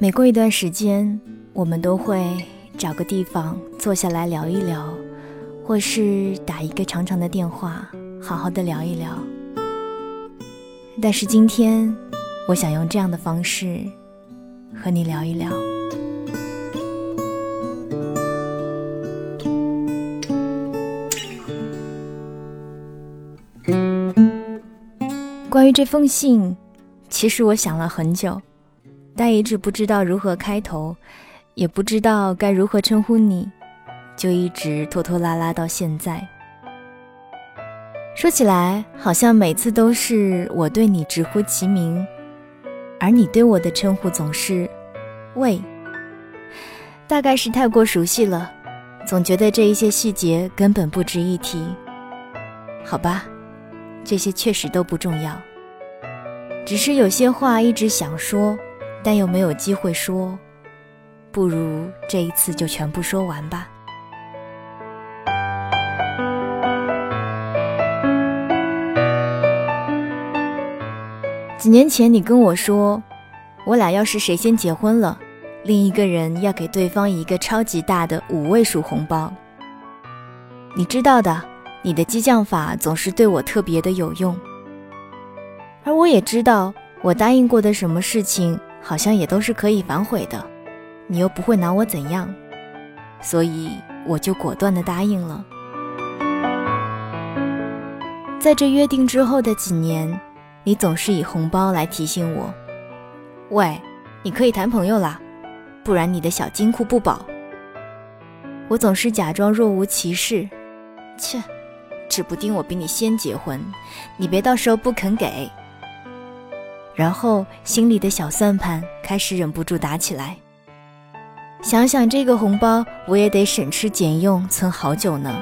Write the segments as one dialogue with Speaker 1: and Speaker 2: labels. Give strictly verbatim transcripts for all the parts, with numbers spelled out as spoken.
Speaker 1: 每过一段时间，我们都会找个地方坐下来聊一聊，或是打一个长长的电话，好好的聊一聊。但是今天，我想用这样的方式和你聊一聊。关于这封信，其实我想了很久，但一直不知道如何开头，也不知道该如何称呼你，就一直拖拖拉拉到现在。说起来，好像每次都是我对你直呼其名，而你对我的称呼总是喂。大概是太过熟悉了，总觉得这一些细节根本不值一提。好吧，这些确实都不重要，只是有些话一直想说，但又没有机会说，不如这一次就全部说完吧。几年前你跟我说，我俩要是谁先结婚了，另一个人要给对方一个超级大的五位数红包。你知道的，你的激将法总是对我特别的有用，而我也知道我答应过的什么事情好像也都是可以反悔的，你又不会拿我怎样，所以我就果断地答应了。在这约定之后的几年，你总是以红包来提醒我，喂，你可以谈朋友啦，不然你的小金库不保。我总是假装若无其事，切，指不定我比你先结婚，你别到时候不肯给。然后心里的小算盘开始忍不住打起来，想想这个红包我也得省吃俭用存好久呢。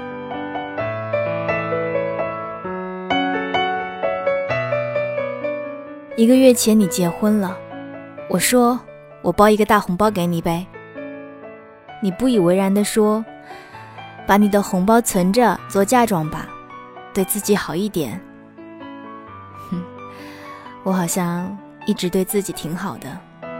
Speaker 1: 一个月前你结婚了，我说我包一个大红包给你呗。你不以为然地说，把你的红包存着做嫁妆吧，对自己好一点。哼，我好像一直对自己挺好的。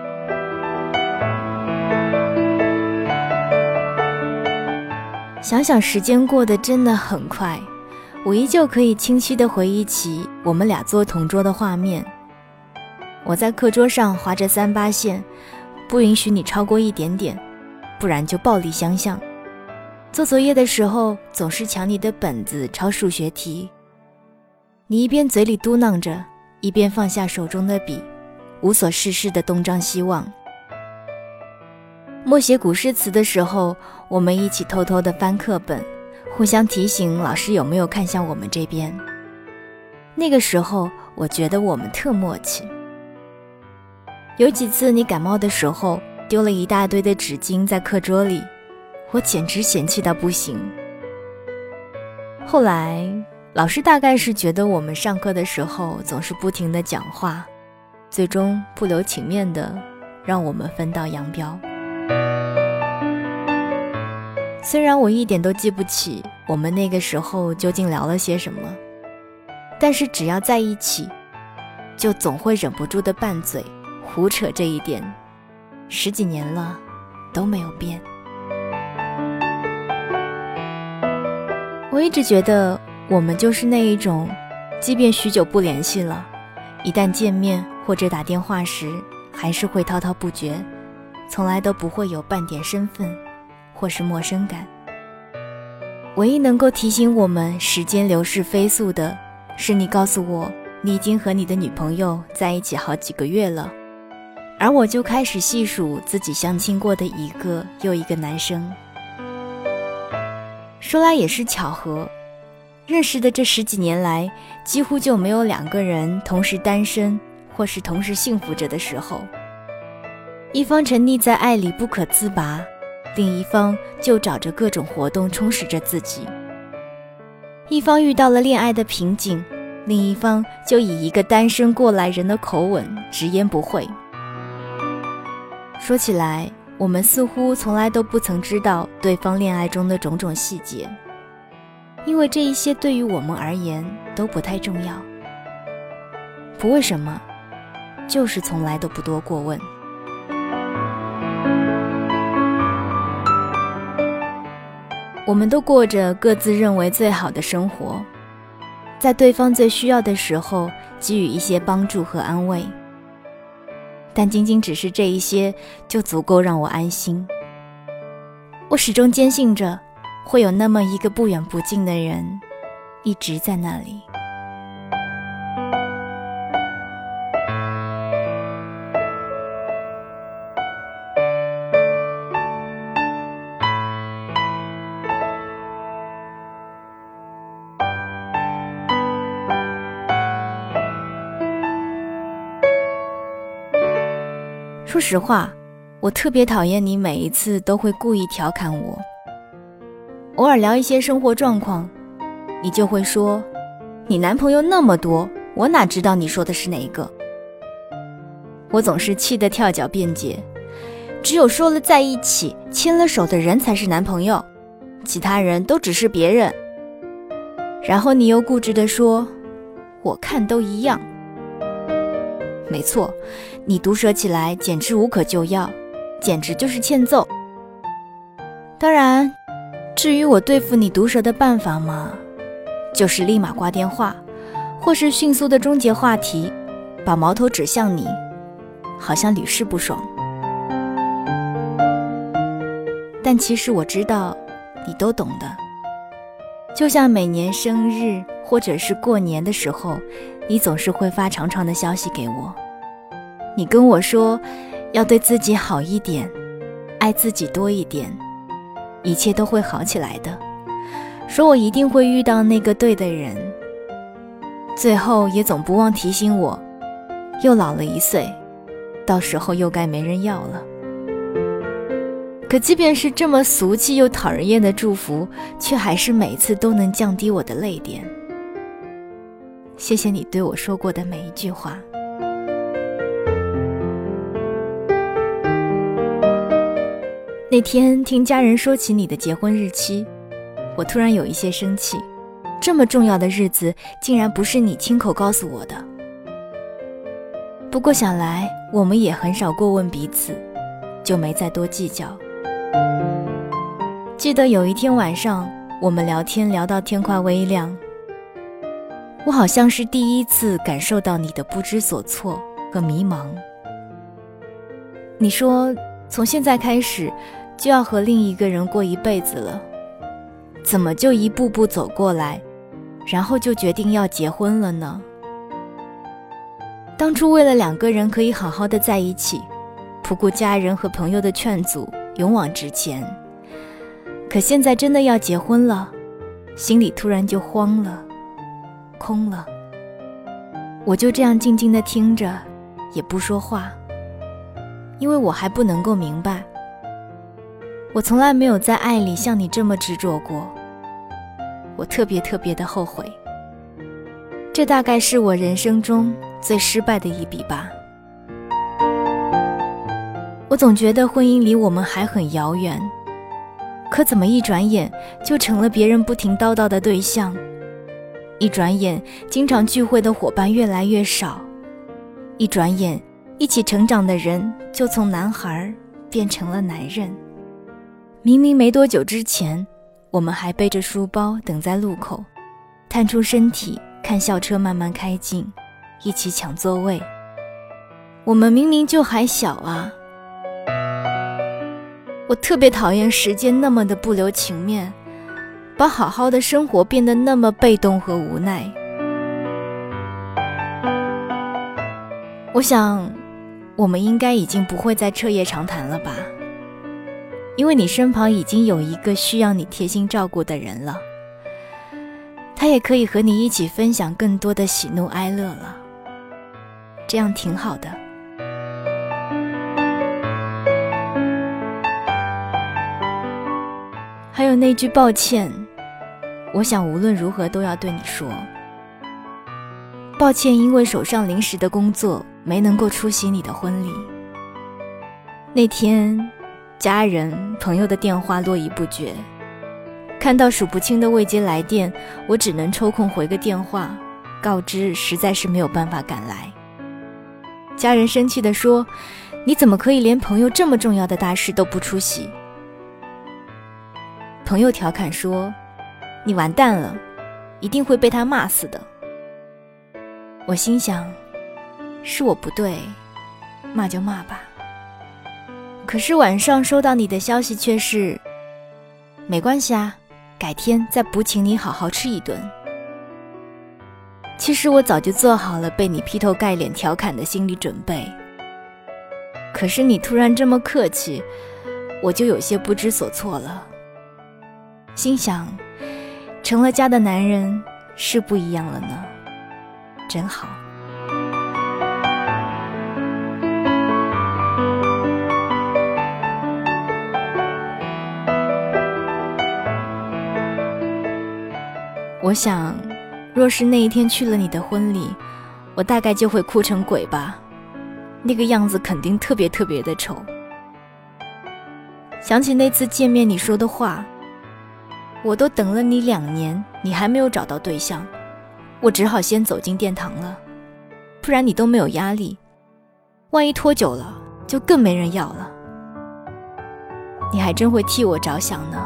Speaker 1: 想想时间过得真的很快，我依旧可以清晰地回忆起我们俩做同桌的画面。我在课桌上划着三八线，不允许你超过一点点，不然就暴力相向。做作业的时候总是抢你的本子抄数学题，你一边嘴里嘟囔着，一边放下手中的笔，无所事事地东张西望。默写古诗词的时候，我们一起偷偷地翻课本，互相提醒老师有没有看向我们这边。那个时候我觉得我们特默契。有几次你感冒的时候丢了一大堆的纸巾在课桌里，我简直嫌弃到不行。后来老师大概是觉得我们上课的时候总是不停地讲话，最终不留情面的让我们分道扬镳。虽然我一点都记不起我们那个时候究竟聊了些什么，但是只要在一起，就总会忍不住的拌嘴胡扯，这一点十几年了都没有变。我一直觉得我们就是那一种，即便许久不联系了，一旦见面或者打电话时还是会滔滔不绝，从来都不会有半点身份或是陌生感。唯一能够提醒我们时间流逝飞速的是你告诉我你已经和你的女朋友在一起好几个月了，而我就开始细数自己相亲过的一个又一个男生。说来也是巧合，认识的这十几年来，几乎就没有两个人同时单身或是同时幸福着的时候。一方沉溺在爱里不可自拔，另一方就找着各种活动充实着自己。一方遇到了恋爱的瓶颈，另一方就以一个单身过来人的口吻直言不讳。说起来，我们似乎从来都不曾知道对方恋爱中的种种细节，因为这一些对于我们而言都不太重要。不为什么，就是从来都不多过问。 我们都过着各自认为最好的生活，在对方最需要的时候给予一些帮助和安慰，但仅仅只是这一些就足够让我安心。我始终坚信着会有那么一个不远不近的人一直在那里。说实话，我特别讨厌你每一次都会故意调侃我。偶尔聊一些生活状况，你就会说，你男朋友那么多，我哪知道你说的是哪一个？我总是气得跳脚辩解，只有说了在一起牵了手的人才是男朋友，其他人都只是别人。然后你又固执地说，我看都一样。没错，你毒舌起来简直无可救药，简直就是欠揍。当然，至于我对付你毒舌的办法嘛，就是立马挂电话，或是迅速的终结话题，把矛头指向你，好像屡试不爽。但其实我知道，你都懂的。就像每年生日或者是过年的时候，你总是会发长长的消息给我，你跟我说要对自己好一点，爱自己多一点，一切都会好起来的，说我一定会遇到那个对的人。最后也总不忘提醒我，又老了一岁，到时候又该没人要了。可即便是这么俗气又讨人厌的祝福，却还是每次都能降低我的泪点。谢谢你对我说过的每一句话。那天听家人说起你的结婚日期，我突然有一些生气，这么重要的日子竟然不是你亲口告诉我的。不过想来我们也很少过问彼此，就没再多计较。记得有一天晚上，我们聊天聊到天快微亮，我好像是第一次感受到你的不知所措和迷茫。你说从现在开始就要和另一个人过一辈子了，怎么就一步步走过来，然后就决定要结婚了呢？当初为了两个人可以好好的在一起，不顾家人和朋友的劝阻，勇往直前。可现在真的要结婚了，心里突然就慌了，空了。我就这样静静地听着，也不说话，因为我还不能够明白，我从来没有在爱里像你这么执着过。我特别特别的后悔，这大概是我人生中最失败的一笔吧。我总觉得婚姻离我们还很遥远，可怎么一转眼就成了别人不停叨叨的对象，一转眼经常聚会的伙伴越来越少，一转眼一起成长的人就从男孩变成了男人。明明没多久之前，我们还背着书包等在路口，探出身体看校车慢慢开进，一起抢座位。我们明明就还小啊。我特别讨厌时间那么的不留情面，把好好的生活变得那么被动和无奈。我想我们应该已经不会再彻夜长谈了吧，因为你身旁已经有一个需要你贴心照顾的人了，他也可以和你一起分享更多的喜怒哀乐了，这样挺好的。还有那句抱歉，我想无论如何都要对你说。抱歉，因为手上临时的工作没能够出席你的婚礼。那天家人朋友的电话络绎不绝，看到数不清的未接来电，我只能抽空回个电话，告知实在是没有办法赶来。家人生气地说，你怎么可以连朋友这么重要的大事都不出席？ 朋友调侃说，你完蛋了，一定会被他骂死的。我心想，是我不对，骂就骂吧。可是晚上收到你的消息却是，没关系啊，改天再补请你好好吃一顿。其实我早就做好了被你劈头盖脸调侃的心理准备，可是你突然这么客气，我就有些不知所措了。心想，成了家的男人是不一样了呢，真好。我想，若是那一天去了你的婚礼，我大概就会哭成鬼吧，那个样子肯定特别特别的丑。想起那次见面你说的话，我都等了你两年，你还没有找到对象，我只好先走进殿堂了，不然你都没有压力，万一拖久了就更没人要了。你还真会替我着想呢。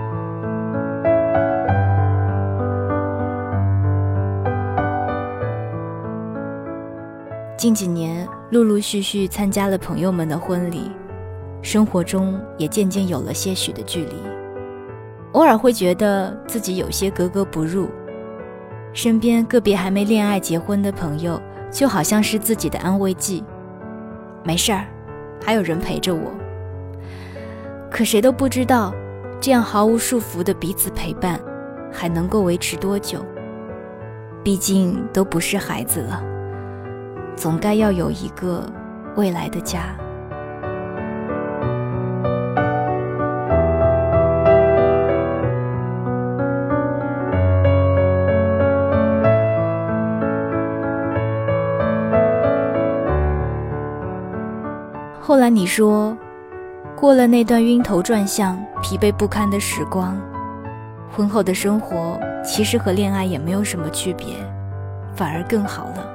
Speaker 1: 近几年陆陆续续参加了朋友们的婚礼，生活中也渐渐有了些许的距离，偶尔会觉得自己有些格格不入，身边个别还没恋爱结婚的朋友就好像是自己的安慰剂，没事儿，还有人陪着我。可谁都不知道，这样毫无束缚的彼此陪伴还能够维持多久，毕竟都不是孩子了，总该要有一个未来的家。后来你说，过了那段晕头转向、疲惫不堪的时光，婚后的生活其实和恋爱也没有什么区别，反而更好了。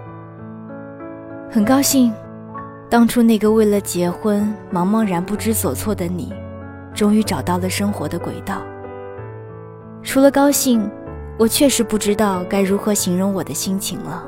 Speaker 1: 很高兴，当初那个为了结婚茫茫然不知所措的你，终于找到了生活的轨道。除了高兴，我确实不知道该如何形容我的心情了。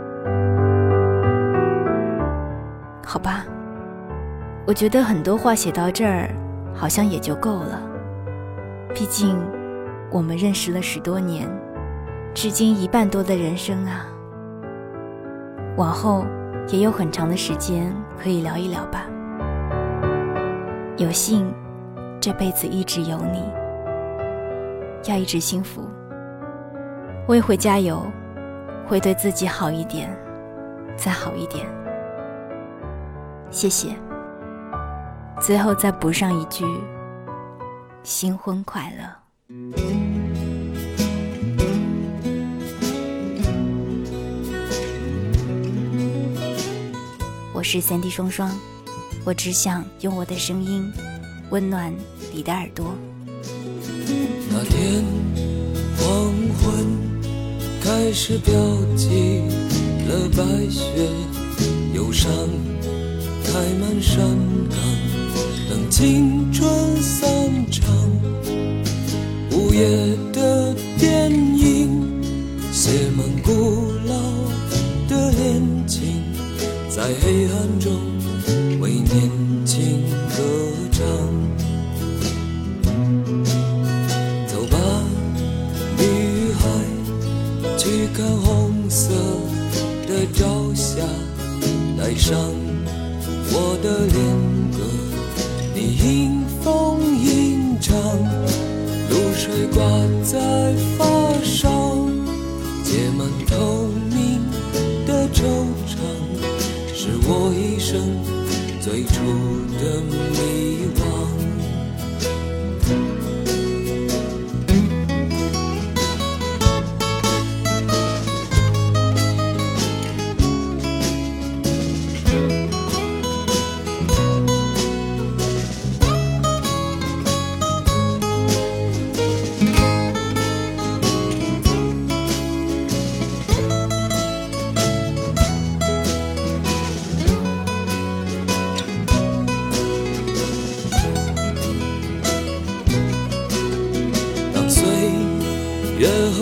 Speaker 1: 好吧，我觉得很多话写到这儿，好像也就够了。毕竟，我们认识了十多年，至今一半多的人生啊。往后也有很长的时间可以聊一聊吧。有幸这辈子一直有你，要一直幸福。我也会加油，会对自己好一点，再好一点。谢谢。最后再补上一句，新婚快乐。我是三 D 双双，我只想用我的声音温暖你的耳朵。
Speaker 2: 那天黄昏开始飘起了白雪，忧伤开满山岗，等青春散场。午夜的电影写满古老的恋情，在黑暗中为年轻歌唱。走吧，女孩，去看红色的朝霞，带上我的恋歌，你迎风吟唱，露水挂在发梢，结满透明的惆怅，是我一生最初的迷惘。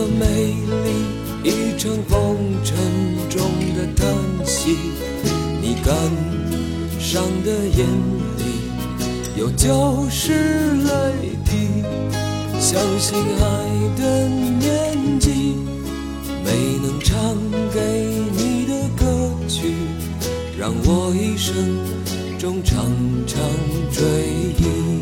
Speaker 2: 的美丽已成风尘中的叹息，你感伤的眼里有旧时泪滴，相信爱的年纪，没能唱给你的歌曲，让我一生中常常追忆。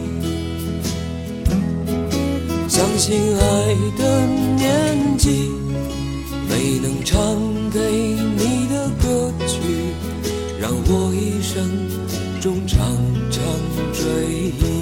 Speaker 2: 相信爱的年纪，没能唱给你的歌曲，让我一生中常常追忆。